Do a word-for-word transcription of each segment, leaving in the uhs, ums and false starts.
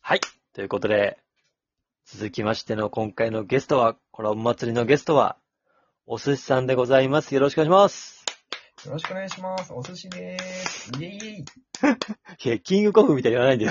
はい。ということで、続きましての今回のゲストは、これお祭りのゲストは、お寿司さんでございます。よろしくお願いします。 よろしくお願いします。お寿司でーす。イェイイェイ。 いや、キングコングみたいに言わないんだよ。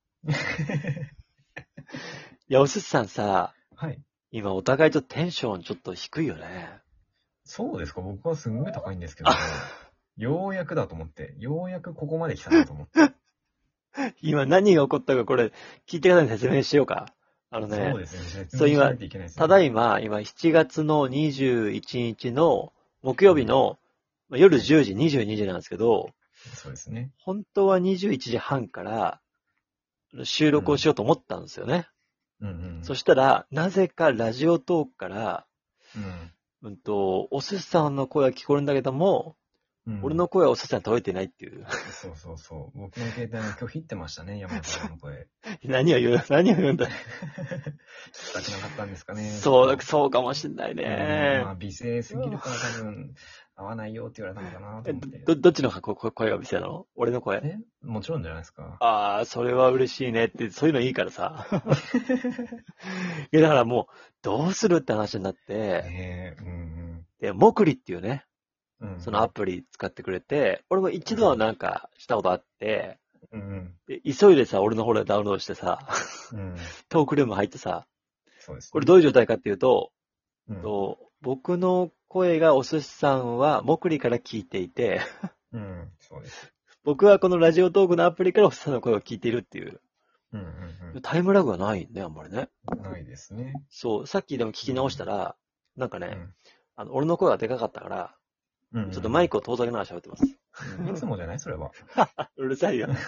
いや、お寿司さんさ、 はい。 今お互いとテンションちょっと低いよね。 そうですか。僕はすんごい高いんですけど、ようやくだと思って、ようやくここまで来たなと思って。 今何が起こったかこれ、聞いてからに説明しようか。あのね、 そうですね。説そう今明しないといけないですね。 ただいま、今しちがつのにじゅういちにちの木曜日の、まあ夜じゅうじ、にじゅうにじなんですけど、 そうですね。 本当はにじゅういちじはんから収録をしようと思ったんですよね。 うんうん。 そしたら、なぜかラジオトークから、 うん。 うんと、おすしさんの声は聞こえるんだけども、 うん、 俺の声はおすしさんに届いてないっていう。 そうそうそう。僕の携帯も拒否ってましたね、山田さんの声。 何を言う、何を言うんだ。 聞きたくなかったんですかね。 そう、そうかもしんないうん、まね。 あ、美声すぎるから多分、合わないよって言われたのかなとえ思って。 ど、どっちの声声が見せなの？俺の声？ えもちろんじゃないですか。 ああ、それは嬉しいねって、そういうのいいからさ。いや、だからもう、どうするって話になって、 ねえ、うんで、もくりっていうね、 うん。うん、 そのアプリ使ってくれて、俺も一度はなんかしたことあって、 うんで急いでさ、俺の方でダウンロードしてさ、 うん。うん。 トークルーム入ってさ、 そうですね。 これどういう状態かっていうと、 うん。 と僕の声がお寿司さんはもくりから聞いていて、 うん。そうです。 僕はこのラジオトークのアプリからお寿司さんの声を聞いているっていう、 うんうんタイムラグがないね、あんまりね。 うん。ないですね。 そう、さっきでも聞き直したら、なんかね、 うん。 あの、俺の声がでかかったから、 うんうんうん。 ちょっとマイクを遠ざけながら喋ってます。 いつもじゃないそれは。 うるさいよ。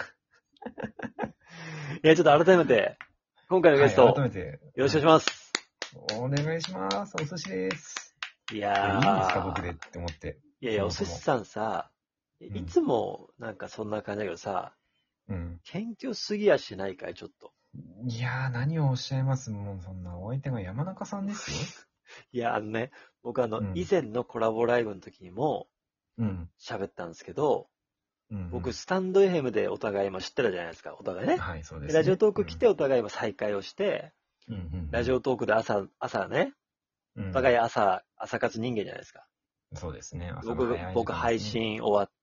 いや、ちょっと改めて、今回のゲスト、 はい、改めて。 よろしくお願いします。 お願いします。お寿司です。 いいやー。 いいんですか僕でって思って。 いやいや、おそもそも寿司さんさ、いうんつもなんかそんな感じだけどさ、 うん。 謙虚すぎやしないかい、ちょっと。 いやー、何をおっしゃいますもう、そんな、お相手が山中さんですよ。 いや、あのね、僕あの、 うん以前のコラボライブの時にもうん。 喋ったんですけど、 うんうん。 僕、スタンド エフエム でお互い今知ってたじゃないですか、お互いね。 はい、そうです、 でね。 ラジオトーク来てお互い今再会をして、 うんうんうん。 ラジオトークで朝、朝ね、 うん、 お互い朝、朝活人間じゃないですか。 そうですね。朝が僕、 早い時間ですね僕配信終わって、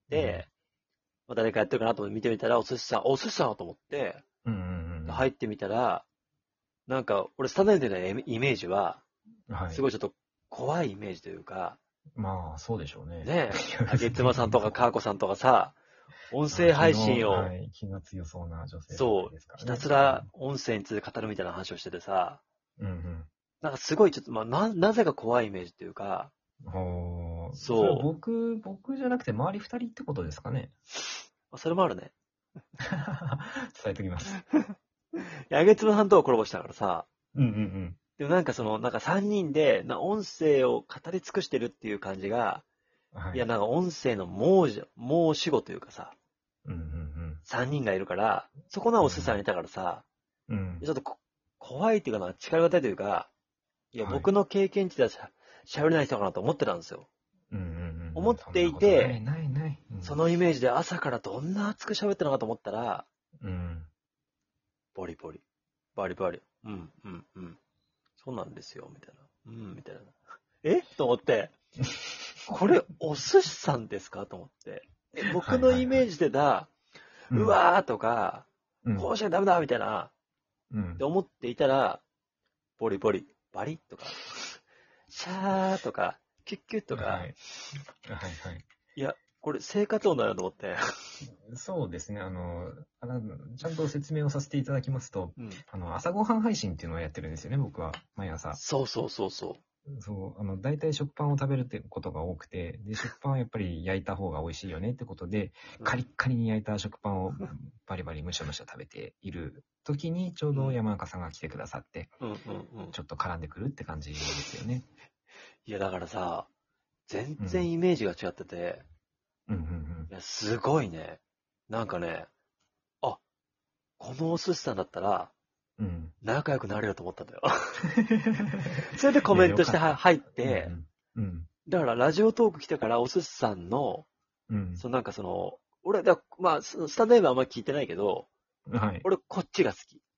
まあ誰かやってるかなと思って見てみたら、お寿司さん、お寿司さんだと思って、 うんうんうん。 入ってみたら、なんか、俺、スタンド エフエム でのイメージは、 はい。 すごいちょっと怖いイメージというか、 まあ、そうでしょうね。 ねえ、あげつまさんとかかーこさんとかさ、音声配信を、 はい、気が強そうな女性そうですから、ね、 ひたすら音声について語るみたいな話をしててさ、 うんうん。 なんかすごいちょっと、まあ、な、なぜか怖いイメージっていうか、 ほー。 そうそれは僕、僕じゃなくて周り二人ってことですかね。 それもあるね。 伝えときます。 あげつまさんとはコラボしたからさ、 うんうんうん。 でもなんかその、なんかさんにんで、な音声を語り尽くしてるっていう感じが、 はい。 いや、なんか音声の猛じ、猛死後というかさ、 うんうんさんにんがいるから、そこのおすさんいたからさ、 うん。うん。 ちょっとこ怖いっていうかな、力がたいというか、いや、 はい僕の経験値ではしゃ喋れない人かなと思ってたんですよ。 うんうんうん。 思っていてそんなことないないない。うん、 そのイメージで朝からどんな熱く喋ってるのかと思ったら、 うん。 ボリボリ、バリバリ、うん、うん、うん。そうなんですよ、みたいな。うん、みたいな。えと思って、これ、お寿司さんですかと思って。え僕のイメージでだ、 うん、 うわーとか、 うん、 こうしなきゃダメだみたいな、 うんって思っていたら、ボリボリ、バリとか、シャーとか、キュッキュッとか、 はい。はいはい。 いや、これ生活音だなと思って。 そうですね。あの、あのちゃんと説明をさせていただきますと、 うん、 あの、朝ごはん配信っていうのをやってるんですよね、僕は。毎朝。 そうそうそうそそう、あの、大体食パンを食べるってことが多くて、で、食パンはやっぱり焼いた方が美味しいよねってことで、 う。 カリッカリに焼いた食パンをバリバリむしゃむしゃ食べている時に、ちょうど山中さんが来てくださって、 うんうんうん。 ちょっと絡んでくるって感じですよね。 いや、だからさ、全然イメージが違ってて、 うんうんうんいや、すごいね。なんかね、あ、このお寿司さんだったら、 うん。 仲良くなれると思ったんだよ。それでコメントしては入って、 うんうんだからラジオトーク来てからお寿司さんの、 うんそのなんかその、俺、だまあ、ススタンドエフエムはあんまり聞いてないけど、 はい。 俺こっちが好き。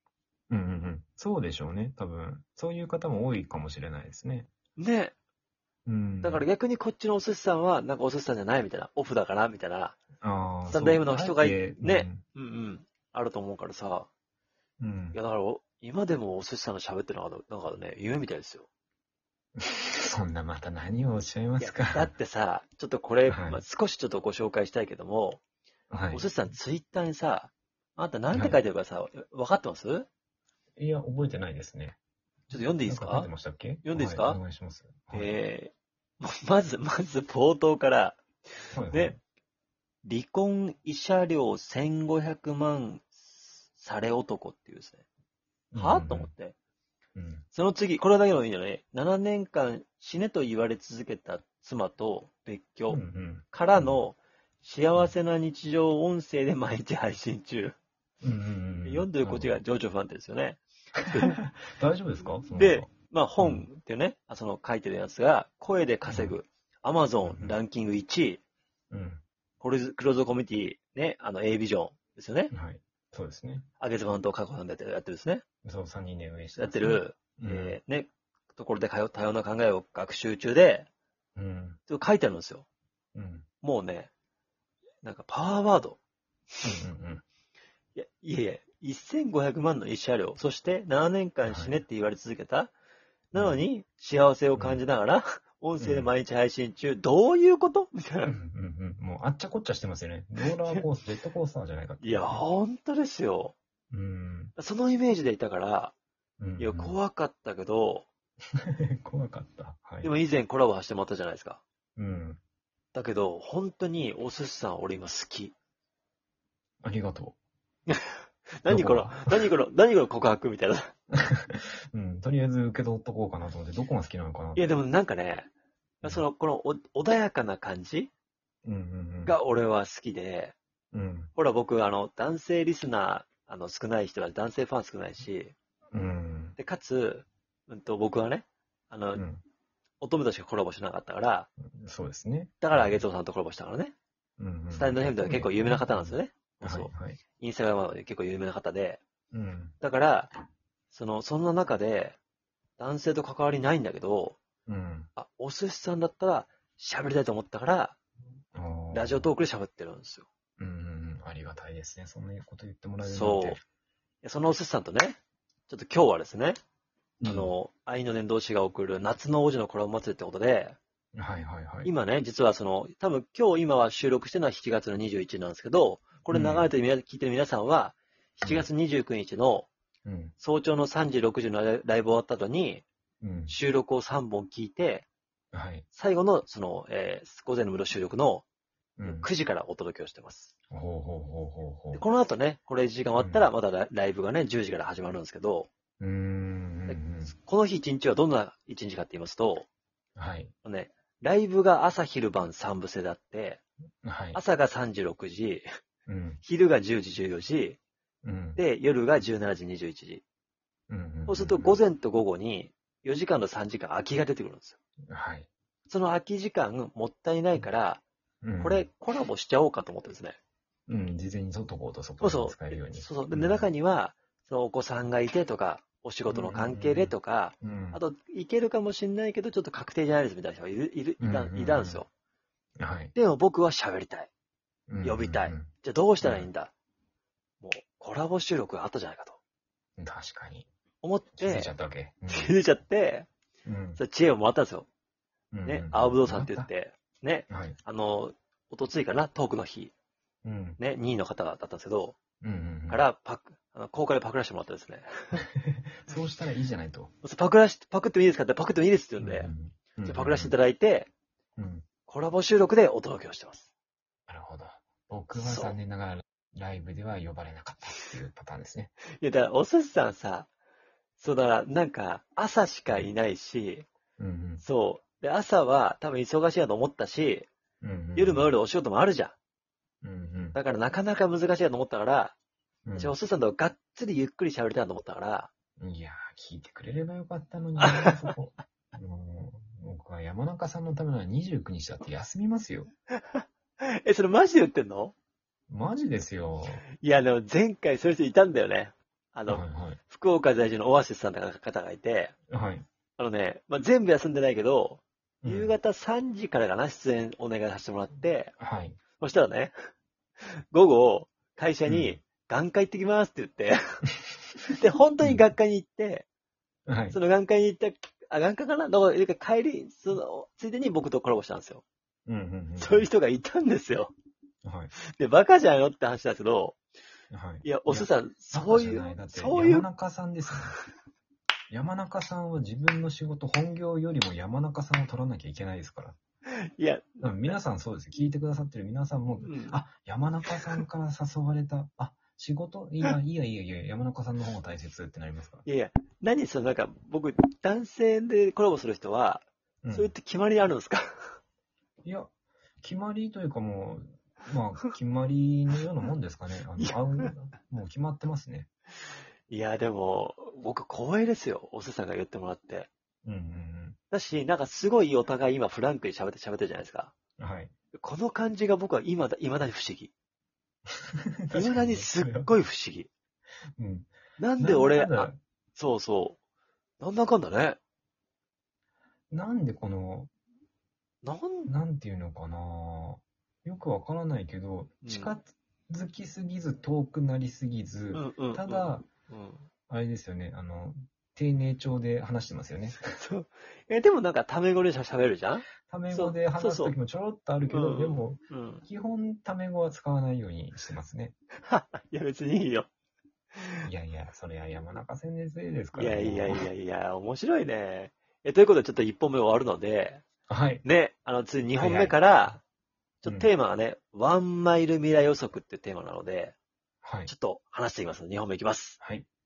うんうんうん。そうでしょうね、多分。そういう方も多いかもしれないですね。 ね。 うん。 だから逆にこっちのお寿司さんは、なんかお寿司さんじゃないみたいな、オフだからみたいな、 ああ、 スタンドそう。 エフ のあえ人がい、 て、うね、 ん。 うんうん、あると思うからさ、 うん。 いやだから今でもお寿司さんの喋ってるのが、なんかね、夢みたいですよ。 そんなまた何をおっしゃいまいや、 すか。 だってさ、ちょっとこれ、まあ、 はい。 少しちょっとご紹介したいけども、 はい。 お寿司さんツイッターにさ、あなたなんてはい。 書いてるかさ、分かってます？ちょっいや、覚えてないですね。 と読んでいいですか？ なんか書いてましたっけ？はい、お読んでいいですか？ 願いします。はい。 えー、まず、まず冒頭から、 はいはい。 ね、離婚慰謝料せんごひゃくまんされ男っていうですね。 うんはと思って。 うんうん。 その次、これだけのいいんじゃない？ なな 年間死ねと言われ続けた妻と別居うんうんからうんの幸せな日常を音声で毎日配信中。 うんうんうんうん。 読んでるこっちがなる情緒不安定ですよね。 ほど。大丈夫ですかそので、 方。 まあうん本っていうね、あその書いてるやつが、声で稼ぐ、アマゾンうんうんランキングいちい、 うんクローズクローズコミュニティ、ね、あの A ビジョンですよね。 はい。そうですね。 あげずまんと過去さんでやってるやってるですね。 そう、さんにんで運営してやっますね。 てる、 うんえー、ね、ところで多様多様な考えを学習中で、 うん書いてあるんですよ。 うんうんもうね、なんかパワーワード。 うんうんいや、いやいや、せんごひゃくまんの慰謝料、そしてななねんかん死ねって言われ続けた。なのに、幸せを感じながら、音声で毎日配信中、どういうことみたいな。 うんうんうん。もうあっちゃこっちゃしてますよね。ローラーコース、ジェットコースターじゃないかっていや、ほんとですよ。 うん。 そのイメージでいたから、 うんうんいや、怖かったけど、 怖かった。はい。 でも以前コラボしてもらったじゃないですか。 うん。 だけど、本当にお寿司さん俺今好き。 ありがと何このどこ、 何この、何この告白みたいな。 う。うん。とりあえず受け取っとこうかなと思って、どこが好きなのかな。 いや、でもなんかね、 うんその、このお穏やかな感じうんうんが俺は好きで、 うん。うん。 ほら僕、あの、男性リスナー、あの、少ない人は男性ファン少ないし、 うん。 で、かつ、うんと、僕はね、あの、 うん。 乙女としかコラボしなかったから、 そうですね。 だから、あげつおさんとコラボしたからね。 うんうん。 スタンドヘムでは結構有名な方なんですよね。 はいそう。 はい。 インスタグラムで結構有名な方で。 うん。 だから、その、そんな中で、男性と関わりないんだけど、 うん。 あ、お寿司さんだったら喋りたいと思ったから、 あーラジオトークで喋ってるんですよ。 うんうんうん。ありがたいですね。そんなこと言ってもらえるなんそうて。 で。そのお寿司さんとね、ちょっと今日はですね、 うんあの、愛の伝道師が送る夏の王子のコラボ祭りってことで、 はいはいはい。 今ね、実はその、多分今日今は収録してるのはしちがつのにじゅういちにちなんですけど、これ流れてる、聞いてる皆さんは、しちがつにじゅうくにちのうん。 早朝のさんじろくじのライブ終わった後に、 うん。 収録をさんぼん聞いて、 はい。 最後のその、えー午前の無料収録のうん。 くじからお届けをしてます。 ほうほうほうほうほう。 でこの後ね、これいちじかん終わったらまたラライブがね、じゅうじから始まるんですけど、 うーん。うんこの日いちにちはどんないちにちかって言いますと、 うん。はい。 ね、ライブが朝昼晩さんぶ制であって、 はい。 朝がさんじろくじ、 うん。 昼がじゅうじじゅうよじ、 うん。 で、夜がじゅうしちじにじゅういちじ。 うんうんうん。 そうすると午前と午後によじかんとさんじかん空きが出てくるんですよ。 はい。 その空き時間もったいないから、 うんこれ、コラボしちゃおうかと思ってですね。 うん、事前に取っとこうと、そこそうそう。 で使えるように。 そうそう。で、中には、そのお子さんがいてとか、お仕事の関係でとか、 うん。 あと、いけるかもしれないけど、ちょっと確定じゃないですみたいな人がいる、いる、いた、 うんいたんですよ。 はい。 でも僕は喋りたい。呼びたいうんじゃあどうしたらいいんだ、もう、コラボ収録があったじゃないかと。 うん確かに。 思って、 気づいちゃったわけ。 気づいちゃって、 うんそれ知恵をもらったんですよ。 うんね、青ぶどうさんって言っ。て、ね、 はい。 あの、おとついかな、トークの日、 うん。 ね、にいの方だったんですけど、 うんうんうん。 からパク、あの、公開でパクらせてもらってですね。 そうしたらいいじゃないと。 パクらし、パクってもいいですかってパクってもいいですって言うんで、 うんじゃあパクらせていただいて、 うん。 コラボ収録でお届けをしてます。 なるほど。僕はそう残念ながらライブでは呼ばれなかったっていうパターンですね。 いや、だから、お寿司さんさ、そうだから、なんか、朝しかいないし、 うんそう。で、朝は多分忙しいなと思ったし、 うん。うんうん夜も夜でお仕事もあるじゃん。 うんうんだからなかなか難しいなと思ったから、 うん。 じゃあお寿司さんとがっつりゆっくり喋りたいなと思ったから、 いやー、聞いてくれればよかったのに、そこ。もう僕は山中さんのためならにじゅうくにちだって休みますよ。 え、それマジで言ってんの？ マジですよ。 いや、でも前回そういう人いたんだよね。 あの、 はいはい。 福岡在住のオアシスさんの方がいて、 はい。 あのね、まあ、全部休んでないけど、 うん夕方さんじからかな、出演お願いさせてもらって、 はい。 そしたらね、午後、会社にうん、 眼科行ってきますって言って、で、本当に学会に行って、 はい。 その眼科に行った、あ、眼科かなだから帰り、その、ついでに僕とコラボしたんですよ。 うんうんうんうん。 そういう人がいたんですよ。 はい。 で、バカじゃんよって話なんですけど、 はい。 いや、おすさん、 バそういう、 カじゃない。だって、 そういう、 山中さんですね。山中さんは自分の仕事、本業よりも山中さんを取らなきゃいけないですから。 いや、 多分皆さんそうです。聞いてくださってる皆さんも、 うん、 あ、山中さんから誘われた。あ、仕事いや、いいや、いいや、いいや、山中さんの方が大切ってなりますから。 いやいや、何その、なんか、僕、男性でコラボする人は、 うん、 そうやって決まりあるんですか？ いや、決まりというかもう、まあ、決まりのようなもんですかね。あの、会う、もう決まってますね。 いや、でも、僕、光栄ですよ。おすさんが言ってもらって。 うんうんだし、なんかすごいお互い今フランクに喋って喋ってるじゃないですか。 うん。はい。 この感じが僕は今だ、未だに不思議。 確かにね。 未だにすっごい不思議。 うん。 なんでなんだか俺、 んだあ、そうそう。なんだかんだね。 なんでこの、 なん、 なんていうのかな。よくわからないけど、 うん近づきすぎず遠くなりすぎず、 うんうん、 ただ、 うん、 あれですよね、あの、丁寧調で話してますよね。 そう。え、でもなんかタメ語でしゃ喋るじゃん？ タメ語で話すときもちょろっとあるけど、 うん、 でも、 うん。 基本タメ語は使わないようにしてますね。 いや、別にいいよ。 いやいや、それは山中先生ですから。 いやいやいもうやいや、面白いね。え、ということでちょっといっぽんめ終わるので、 はい。 ね、あの、次にほんめはいはいから、ちょっとうんテーマがね、ワンマイル未来予測っていうテーマなので、 はいちょ。っと話していきます。にほんめいきます。 はい。